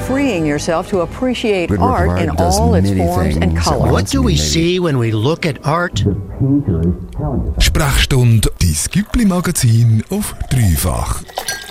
freeing yourself to appreciate art in all its forms and colors. What do we see when we look at art? Sprechstunde, dein Güppli-Magazin auf dreifach.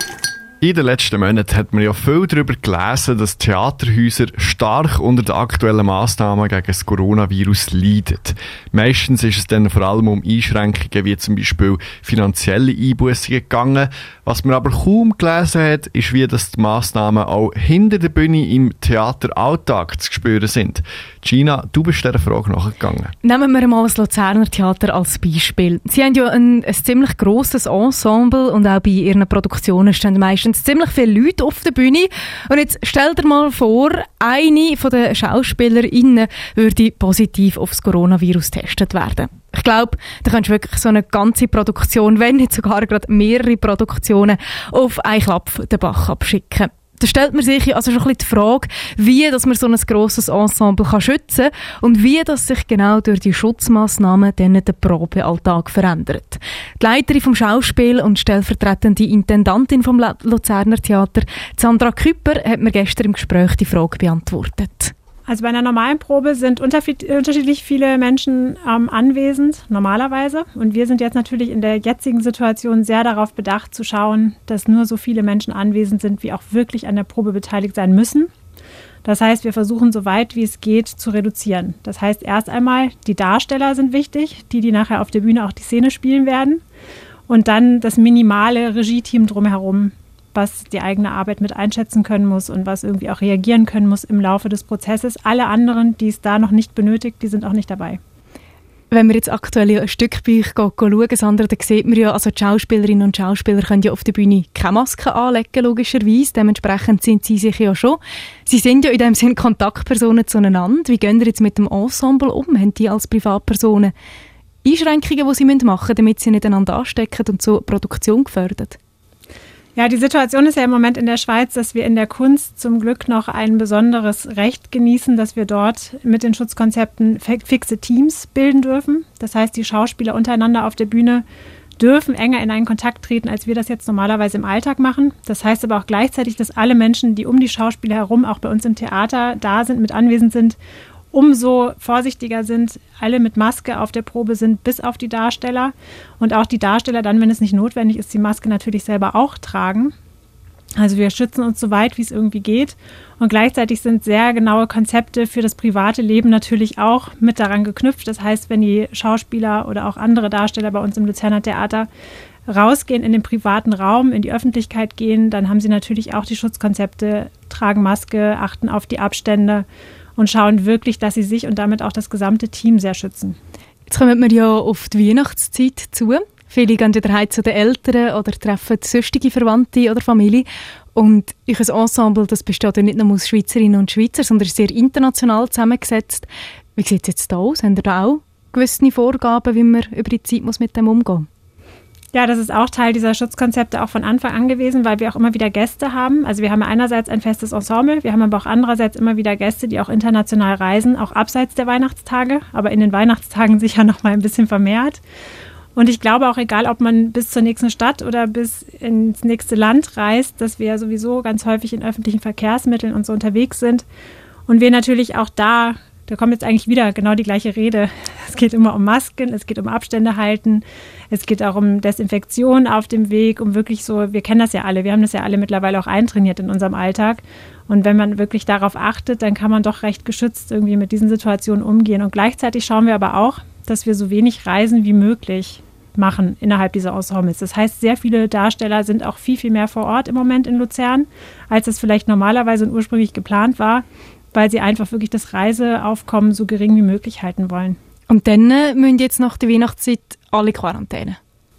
In den letzten Monaten hat man ja viel darüber gelesen, dass Theaterhäuser stark unter den aktuellen Massnahmen gegen das Coronavirus leiden. Meistens ist es dann vor allem um Einschränkungen wie zum Beispiel finanzielle Einbußungen gegangen. Was man aber kaum gelesen hat, ist, wie das die Massnahmen auch hinter der Bühne im Theateralltag zu spüren sind. Gina, du bist dieser Frage nachgegangen. Nehmen wir mal das Luzerner Theater als Beispiel. Sie haben ja ein ziemlich grosses Ensemble und auch bei ihren Produktionen stehen meistens ziemlich viele Leute auf der Bühne. Und jetzt stell dir mal vor, eine von den SchauspielerInnen würde positiv auf das Coronavirus getestet werden. Ich glaube, da kannst du wirklich so eine ganze Produktion, wenn nicht sogar gerade mehrere Produktionen, auf einen Klapp den Bach abschicken. Da stellt man sich also schon ein bisschen die Frage, wie dass man so ein grosses Ensemble schützen kann und wie das sich genau durch die Schutzmassnahmen dann den Probealltag verändert. Die Leiterin vom Schauspiel und stellvertretende Intendantin vom Luzerner Theater, Sandra Küpper, hat mir gestern im Gespräch die Frage beantwortet. Also bei einer normalen Probe sind unterschiedlich viele Menschen anwesend, normalerweise. Und wir sind jetzt natürlich in der jetzigen Situation sehr darauf bedacht zu schauen, dass nur so viele Menschen anwesend sind, wie auch wirklich an der Probe beteiligt sein müssen. Das heißt, wir versuchen so weit wie es geht zu reduzieren. Das heißt, erst einmal, die Darsteller sind wichtig, die nachher auf der Bühne auch die Szene spielen werden. Und dann das minimale Regie-Team drumherum, was die eigene Arbeit mit einschätzen können muss und was irgendwie auch reagieren können muss im Laufe des Prozesses. Alle anderen, die es da noch nicht benötigt, die sind auch nicht dabei. Wenn wir jetzt aktuell ein Stück bei euch schauen, Sandra, dann sieht man ja, also die Schauspielerinnen und Schauspieler können ja auf der Bühne keine Maske anlegen, logischerweise. Dementsprechend sind sie sich ja schon. Sie sind ja in dem Sinne Kontaktpersonen zueinander. Wie gehen ihr jetzt mit dem Ensemble um? Haben die als Privatpersonen Einschränkungen, die sie machen müssen, damit sie nicht einander anstecken und so Produktion gefördert? Ja, die Situation ist ja im Moment in der Schweiz, dass wir in der Kunst zum Glück noch ein besonderes Recht genießen, dass wir dort mit den Schutzkonzepten fixe Teams bilden dürfen. Das heißt, die Schauspieler untereinander auf der Bühne dürfen enger in einen Kontakt treten, als wir das jetzt normalerweise im Alltag machen. Das heißt aber auch gleichzeitig, dass alle Menschen, die um die Schauspieler herum, auch bei uns im Theater da sind, mit anwesend sind, umso vorsichtiger sind, alle mit Maske auf der Probe sind, bis auf die Darsteller. Und auch die Darsteller dann, wenn es nicht notwendig ist, die Maske natürlich selber auch tragen. Also wir schützen uns so weit, wie es irgendwie geht. Und gleichzeitig sind sehr genaue Konzepte für das private Leben natürlich auch mit daran geknüpft. Das heißt, wenn die Schauspieler oder auch andere Darsteller bei uns im Luzerner Theater rausgehen in den privaten Raum, in die Öffentlichkeit gehen, dann haben sie natürlich auch die Schutzkonzepte, tragen Maske, achten auf die Abstände und schauen wirklich, dass sie sich und damit auch das gesamte Team sehr schützen. Jetzt kommen wir ja auf die Weihnachtszeit zu. Viele gehen wieder heim zu den Eltern oder treffen sonstige Verwandte oder Familie. Und euer Ensemble, das besteht ja nicht nur aus Schweizerinnen und Schweizer, sondern ist sehr international zusammengesetzt. Wie sieht es jetzt da aus? Haben ihr da auch gewisse Vorgaben, wie man über die Zeit mit dem umgehen muss? Ja, das ist auch Teil dieser Schutzkonzepte auch von Anfang an gewesen, weil wir auch immer wieder Gäste haben. Also wir haben einerseits ein festes Ensemble, wir haben aber auch andererseits immer wieder Gäste, die auch international reisen, auch abseits der Weihnachtstage, aber in den Weihnachtstagen sicher noch mal ein bisschen vermehrt. Und ich glaube auch, egal ob man bis zur nächsten Stadt oder bis ins nächste Land reist, dass wir ja sowieso ganz häufig in öffentlichen Verkehrsmitteln und so unterwegs sind. Und wir natürlich auch da kommt jetzt eigentlich wieder genau die gleiche Rede. Es geht immer um Masken, es geht um Abstände halten, es geht auch um Desinfektion auf dem Weg, um wirklich so, wir kennen das ja alle, wir haben das ja alle mittlerweile auch eintrainiert in unserem Alltag. Und wenn man wirklich darauf achtet, dann kann man doch recht geschützt irgendwie mit diesen Situationen umgehen. Und gleichzeitig schauen wir aber auch, dass wir so wenig Reisen wie möglich machen innerhalb dieser Ensembles. Das heißt, sehr viele Darsteller sind auch viel, viel mehr vor Ort im Moment in Luzern, als es vielleicht normalerweise und ursprünglich geplant war, weil sie einfach wirklich das Reiseaufkommen so gering wie möglich halten wollen. Und dann müssen jetzt nach der Weihnachtszeit alle Quarantäne?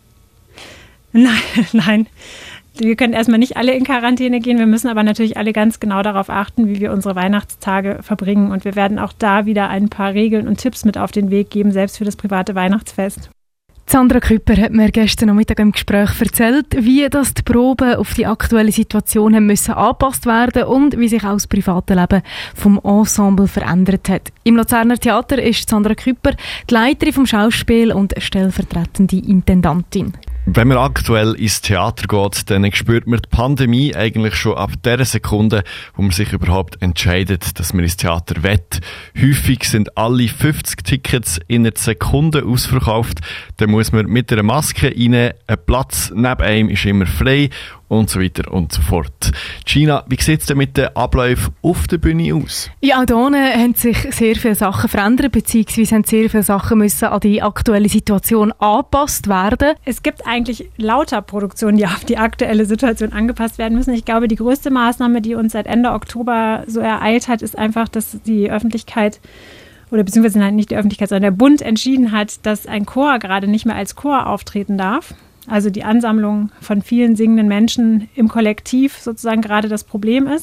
Nein. Wir können erstmal nicht alle in Quarantäne gehen. Wir müssen aber natürlich alle ganz genau darauf achten, wie wir unsere Weihnachtstage verbringen. Und wir werden auch da wieder ein paar Regeln und Tipps mit auf den Weg geben, selbst für das private Weihnachtsfest. Sandra Küpper hat mir gestern Nachmittag im Gespräch erzählt, wie das die Proben auf die aktuelle Situation haben müssen angepasst werden und wie sich auch das private Leben vom Ensemble verändert hat. Im Luzerner Theater ist Sandra Küpper die Leiterin vom Schauspiel und stellvertretende Intendantin. Wenn man aktuell ins Theater geht, dann spürt man die Pandemie eigentlich schon ab der Sekunde, wo man sich überhaupt entscheidet, dass man ins Theater will. Häufig sind alle 50 Tickets in einer Sekunde ausverkauft. Dann muss man mit einer Maske rein, ein Platz neben einem ist immer frei und so weiter und so fort. Gina, wie sieht es denn mit den Abläufen auf der Bühne aus? Ja, auch hier haben sich sehr viele Sachen verändert, beziehungsweise haben sehr viele Sachen müssen an die aktuelle Situation angepasst werden. Es gibt eigentlich lauter Produktionen, die auf die aktuelle Situation angepasst werden müssen. Ich glaube, die größte Maßnahme, die uns seit Ende Oktober so ereilt hat, ist einfach, dass die Öffentlichkeit oder beziehungsweise nicht die Öffentlichkeit, sondern der Bund entschieden hat, dass ein Chor gerade nicht mehr als Chor auftreten darf. Also die Ansammlung von vielen singenden Menschen im Kollektiv sozusagen gerade das Problem ist.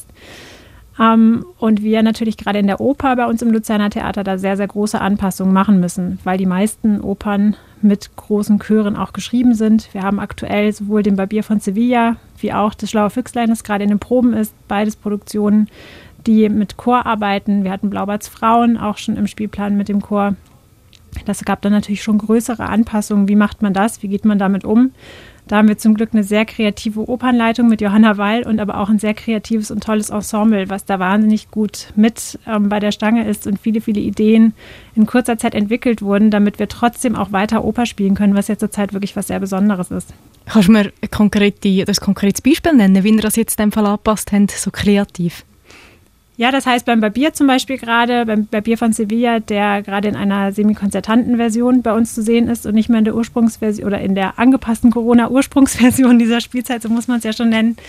Und wir natürlich gerade in der Oper bei uns im Luzerner Theater da sehr, sehr große Anpassungen machen müssen, weil die meisten Opern mit großen Chören auch geschrieben sind. Wir haben aktuell sowohl den Barbier von Sevilla wie auch das Schlaue Füchslein, das gerade in den Proben ist, beides Produktionen, die mit Chor arbeiten. Wir hatten Blaubarts Frauen auch schon im Spielplan mit dem Chor. Das gab dann natürlich schon größere Anpassungen. Wie macht man das? Wie geht man damit um? Da haben wir zum Glück eine sehr kreative Opernleitung mit Johanna Wall und aber auch ein sehr kreatives und tolles Ensemble, was da wahnsinnig gut mit bei der Stange ist und viele, viele Ideen in kurzer Zeit entwickelt wurden, damit wir trotzdem auch weiter Oper spielen können, was ja zurzeit wirklich was sehr Besonderes ist. Kannst du mir ein konkretes Beispiel nennen, wie ihr das jetzt in dem Fall angepasst habt, so kreativ? Ja, das heißt beim Barbier zum Beispiel gerade, beim Barbier von Sevilla, der gerade in einer semikonzertanten Version bei uns zu sehen ist und nicht mehr in der Ursprungsversion oder in der angepassten Corona-Ursprungsversion dieser Spielzeit, so muss man es ja schon nennen,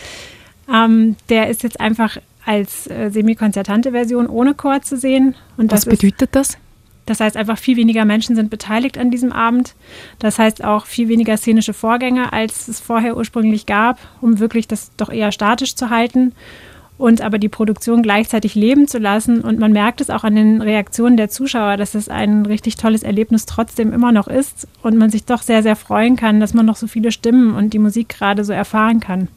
der ist jetzt einfach als semikonzertante Version ohne Chor zu sehen. Und was bedeutet das? Das heißt einfach, viel weniger Menschen sind beteiligt an diesem Abend. Das heißt auch viel weniger szenische Vorgänge, als es vorher ursprünglich gab, um wirklich das doch eher statisch zu halten. Und aber die Produktion gleichzeitig leben zu lassen. Und man merkt es auch an den Reaktionen der Zuschauer, dass es ein richtig tolles Erlebnis trotzdem immer noch ist und man sich doch sehr, sehr freuen kann, dass man noch so viele Stimmen und die Musik gerade so erfahren kann.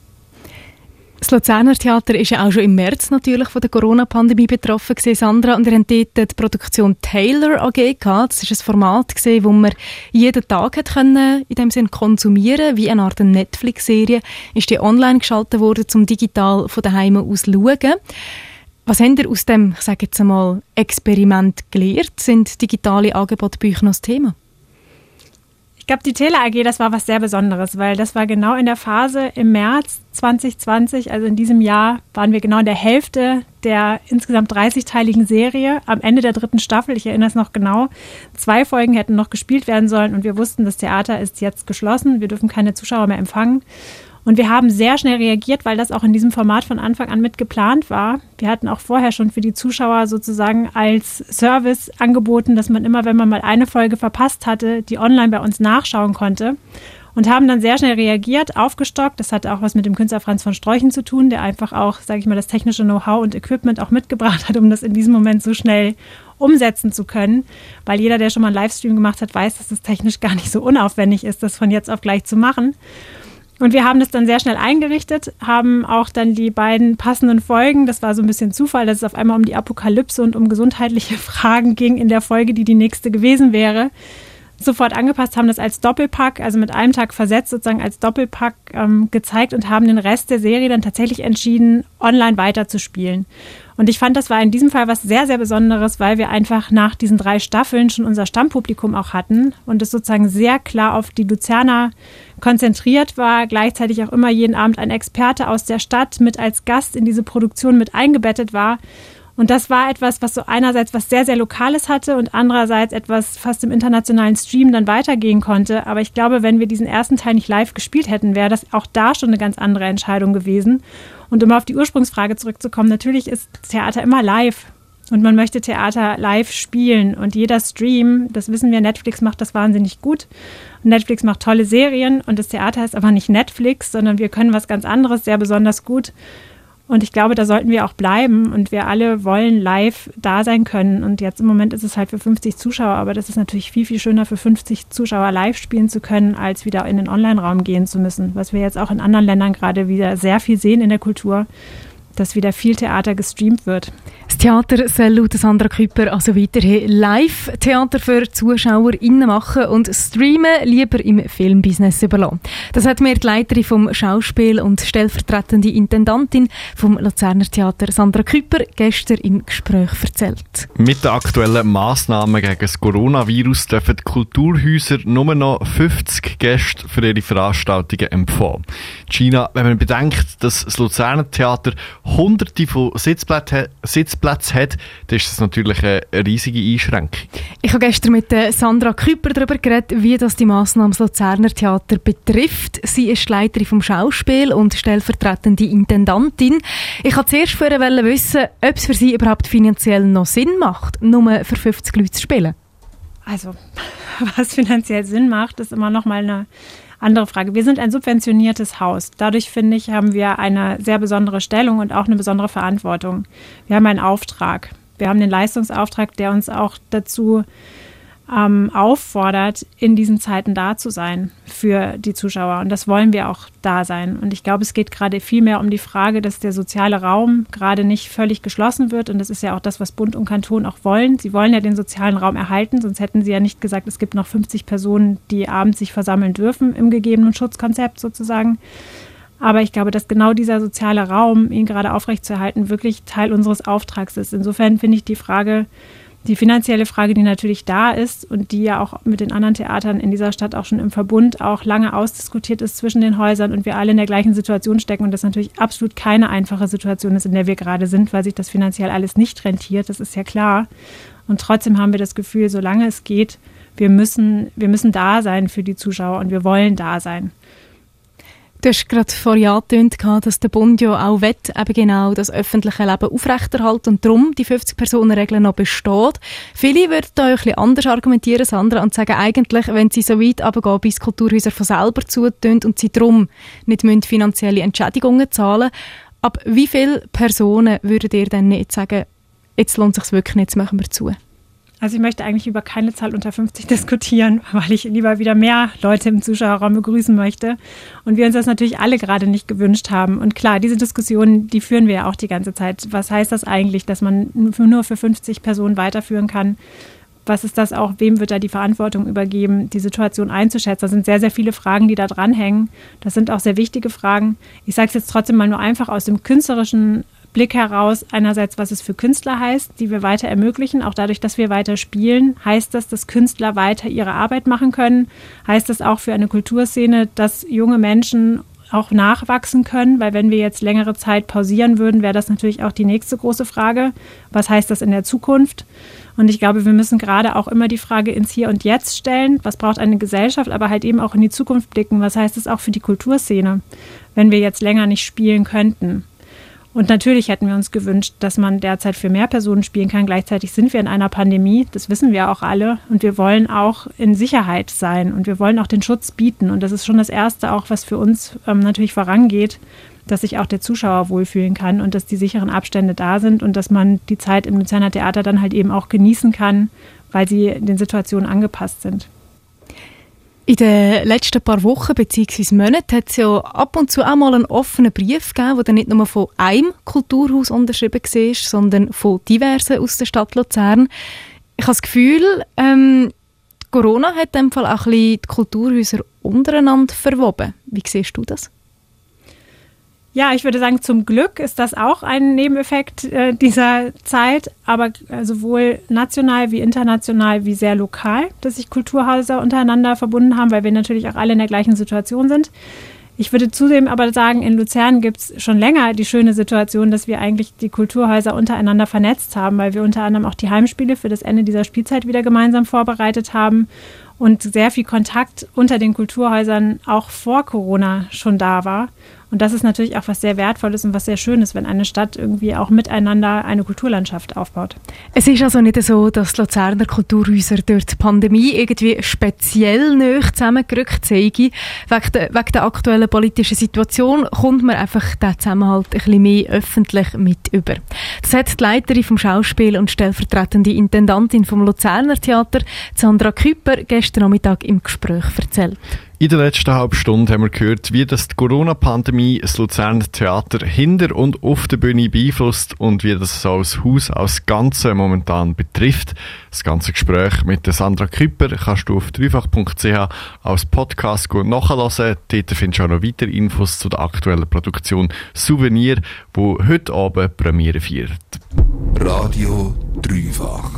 Das Luzerner Theater ist ja auch schon im März natürlich von der Corona-Pandemie betroffen gewesen, Sandra, und ihr habt dort die Produktion Taylor AG gehabt. Das ist ein Format gewesen, wo man jeden Tag hat können, in dem Sinne konsumieren, wie eine Art Netflix-Serie. Ist die online geschaltet worden, um digital von daheim aus zu schauen. Was habt ihr aus dem, ich sage jetzt einmal, Experiment gelernt? Sind digitale Angebote bei euch noch das Thema? Ich glaube, die Taylor AG, das war was sehr Besonderes, weil das war genau in der Phase im März 2020, also in diesem Jahr, waren wir genau in der Hälfte der insgesamt 30-teiligen Serie, am Ende der 3. Staffel, ich erinnere es noch genau. 2 Folgen hätten noch gespielt werden sollen und wir wussten, das Theater ist jetzt geschlossen, wir dürfen keine Zuschauer mehr empfangen. Und wir haben sehr schnell reagiert, weil das auch in diesem Format von Anfang an mit geplant war. Wir hatten auch vorher schon für die Zuschauer sozusagen als Service angeboten, dass man immer, wenn man mal eine Folge verpasst hatte, die online bei uns nachschauen konnte. Und haben dann sehr schnell reagiert, aufgestockt. Das hatte auch was mit dem Künstler Franz von Streuchen zu tun, der einfach auch, sage ich mal, das technische Know-how und Equipment auch mitgebracht hat, um das in diesem Moment so schnell umsetzen zu können. Weil jeder, der schon mal einen Livestream gemacht hat, weiß, dass es technisch gar nicht so unaufwendig ist, das von jetzt auf gleich zu machen. Und wir haben das dann sehr schnell eingerichtet, haben auch dann die beiden passenden Folgen, das war so ein bisschen Zufall, dass es auf einmal um die Apokalypse und um gesundheitliche Fragen ging in der Folge, die nächste gewesen wäre, sofort angepasst, haben das als Doppelpack, also mit einem Tag versetzt sozusagen als Doppelpack gezeigt und haben den Rest der Serie dann tatsächlich entschieden, online weiterzuspielen. Und ich fand, das war in diesem Fall was sehr, sehr Besonderes, weil wir einfach nach diesen 3 Staffeln schon unser Stammpublikum auch hatten und es sozusagen sehr klar auf die Luzerner konzentriert war, gleichzeitig auch immer jeden Abend ein Experte aus der Stadt mit als Gast in diese Produktion mit eingebettet war. Und das war etwas, was so einerseits was sehr, sehr Lokales hatte und andererseits etwas fast im internationalen Stream dann weitergehen konnte. Aber ich glaube, wenn wir diesen ersten Teil nicht live gespielt hätten, wäre das auch da schon eine ganz andere Entscheidung gewesen. Und um auf die Ursprungsfrage zurückzukommen, natürlich ist Theater immer live und man möchte Theater live spielen. Und jeder Stream, das wissen wir, Netflix macht das wahnsinnig gut. Und Netflix macht tolle Serien und das Theater ist aber nicht Netflix, sondern wir können was ganz anderes, sehr besonders gut. Und ich glaube, da sollten wir auch bleiben und wir alle wollen live da sein können. Und jetzt im Moment ist es halt für 50 Zuschauer, aber das ist natürlich viel, viel schöner für 50 Zuschauer live spielen zu können, als wieder in den Online-Raum gehen zu müssen. Was wir jetzt auch in anderen Ländern gerade wieder sehr viel sehen in der Kultur, dass wieder viel Theater gestreamt wird. Das Theater soll laut Sandra Küpper also weiterhin Live-Theater für ZuschauerInnen machen und Streamen lieber im Filmbusiness überlassen. Das hat mir die Leiterin vom Schauspiel und stellvertretende Intendantin vom Luzerner Theater Sandra Küpper gestern im Gespräch erzählt. Mit den aktuellen Massnahmen gegen das Coronavirus dürfen die Kulturhäuser nur noch 50 Gäste für ihre Veranstaltungen empfangen. Gina, wenn man bedenkt, dass das Luzerner Theater hunderte von Sitzplätzen hat, dann ist das natürlich eine riesige Einschränkung. Ich habe gestern mit Sandra Küpper darüber geredet, wie das die Massnahme das Luzerner Theater betrifft. Sie ist die Leiterin vom Schauspiel und stellvertretende Intendantin. Ich wollte zuerst von ihr wissen, ob es für sie überhaupt finanziell noch Sinn macht, nur für 50 Leute zu spielen. Also, was finanziell Sinn macht, ist immer noch mal eine andere Frage. Wir sind ein subventioniertes Haus. Dadurch, finde ich, haben wir eine sehr besondere Stellung und auch eine besondere Verantwortung. Wir haben einen Auftrag. Wir haben den Leistungsauftrag, der uns auch dazu auffordert, in diesen Zeiten da zu sein für die Zuschauer. Und das wollen wir auch da sein. Und ich glaube, es geht gerade viel mehr um die Frage, dass der soziale Raum gerade nicht völlig geschlossen wird. Und das ist ja auch das, was Bund und Kanton auch wollen. Sie wollen ja den sozialen Raum erhalten, sonst hätten sie ja nicht gesagt, es gibt noch 50 Personen, die abends sich versammeln dürfen im gegebenen Schutzkonzept sozusagen. Aber ich glaube, dass genau dieser soziale Raum, ihn gerade aufrechtzuerhalten, wirklich Teil unseres Auftrags ist. Insofern finde ich die finanzielle Frage, die natürlich da ist und die ja auch mit den anderen Theatern in dieser Stadt auch schon im Verbund auch lange ausdiskutiert ist zwischen den Häusern und wir alle in der gleichen Situation stecken und das natürlich absolut keine einfache Situation ist, in der wir gerade sind, weil sich das finanziell alles nicht rentiert, das ist ja klar. Und trotzdem haben wir das Gefühl, solange es geht, wir müssen da sein für die Zuschauer und wir wollen da sein. Du hast gerade vorher angetönt, dass der Bund ja auch will, eben genau das öffentliche Leben aufrechterhalten und darum die 50-Personen-Regel noch besteht. Viele würden da ein bisschen anders argumentieren, Sandra, und sagen eigentlich, wenn sie so weit runtergehen, bis Kulturhäuser von selber zutun und sie darum nicht finanzielle Entschädigungen zahlen, ab wie viele Personen würdet ihr denn nicht sagen, jetzt lohnt es sich wirklich nicht, jetzt machen wir zu? Also ich möchte eigentlich über keine Zahl unter 50 diskutieren, weil ich lieber wieder mehr Leute im Zuschauerraum begrüßen möchte. Und wir uns das natürlich alle gerade nicht gewünscht haben. Und klar, diese Diskussionen, die führen wir ja auch die ganze Zeit. Was heißt das eigentlich, dass man nur für 50 Personen weiterführen kann? Was ist das auch? Wem wird da die Verantwortung übergeben, die Situation einzuschätzen? Das sind sehr, sehr viele Fragen, die da dranhängen. Das sind auch sehr wichtige Fragen. Ich sage es jetzt trotzdem mal nur einfach aus dem künstlerischen Blick heraus, einerseits, was es für Künstler heißt, die wir weiter ermöglichen, auch dadurch, dass wir weiter spielen, heißt das, dass Künstler weiter ihre Arbeit machen können, heißt das auch für eine Kulturszene, dass junge Menschen auch nachwachsen können, weil wenn wir jetzt längere Zeit pausieren würden, wäre das natürlich auch die nächste große Frage, was heißt das in der Zukunft? Und ich glaube, wir müssen gerade auch immer die Frage ins Hier und Jetzt stellen, was braucht eine Gesellschaft, aber halt eben auch in die Zukunft blicken, was heißt das auch für die Kulturszene, wenn wir jetzt länger nicht spielen könnten? Und natürlich hätten wir uns gewünscht, dass man derzeit für mehr Personen spielen kann. Gleichzeitig sind wir in einer Pandemie, das wissen wir auch alle. Und wir wollen auch in Sicherheit sein und wir wollen auch den Schutz bieten. Und das ist schon das Erste auch, was für uns natürlich vorangeht, dass sich auch der Zuschauer wohlfühlen kann und dass die sicheren Abstände da sind und dass man die Zeit im Luzerner Theater dann halt eben auch genießen kann, weil sie den Situationen angepasst sind. In den letzten paar Wochen bzw. Monaten hat es ja ab und zu auch mal einen offenen Brief gegeben, der nicht nur von einem Kulturhaus unterschrieben war, sondern von diversen aus der Stadt Luzern. Ich habe das Gefühl, Corona hat in dem Fall auch ein bisschen die Kulturhäuser untereinander verwoben. Wie siehst du das? Ja, ich würde sagen, zum Glück ist das auch ein Nebeneffekt dieser Zeit, aber sowohl national wie international wie sehr lokal, dass sich Kulturhäuser untereinander verbunden haben, weil wir natürlich auch alle in der gleichen Situation sind. Ich würde zudem aber sagen, in Luzern gibt es schon länger die schöne Situation, dass wir eigentlich die Kulturhäuser untereinander vernetzt haben, weil wir unter anderem auch die Heimspiele für das Ende dieser Spielzeit wieder gemeinsam vorbereitet haben und sehr viel Kontakt unter den Kulturhäusern auch vor Corona schon da war. Und das ist natürlich auch was sehr Wertvolles und was sehr Schönes, wenn eine Stadt irgendwie auch miteinander eine Kulturlandschaft aufbaut. Es ist also nicht so, dass die Luzerner Kulturhäuser durch die Pandemie irgendwie speziell nahe zusammengerückt sind. Wegen der aktuellen politischen Situation kommt man einfach den Zusammenhalt ein bisschen mehr öffentlich mit über. Das hat die Leiterin vom Schauspiel und stellvertretende Intendantin vom Luzerner Theater, Sandra Küpper, gestern Nachmittag im Gespräch erzählt. In der letzten halben Stunde haben wir gehört, wie das die Corona-Pandemie das Luzerner Theater hinter und auf der Bühne beeinflusst und wie das so das Haus als Ganze momentan betrifft. Das ganze Gespräch mit der Sandra Küpper kannst du auf dreifach.ch als Podcast gut nachhören. Dort findest du auch noch weitere Infos zu der aktuellen Produktion Souvenir, die heute Abend Premiere feiert. Radio Dreifach.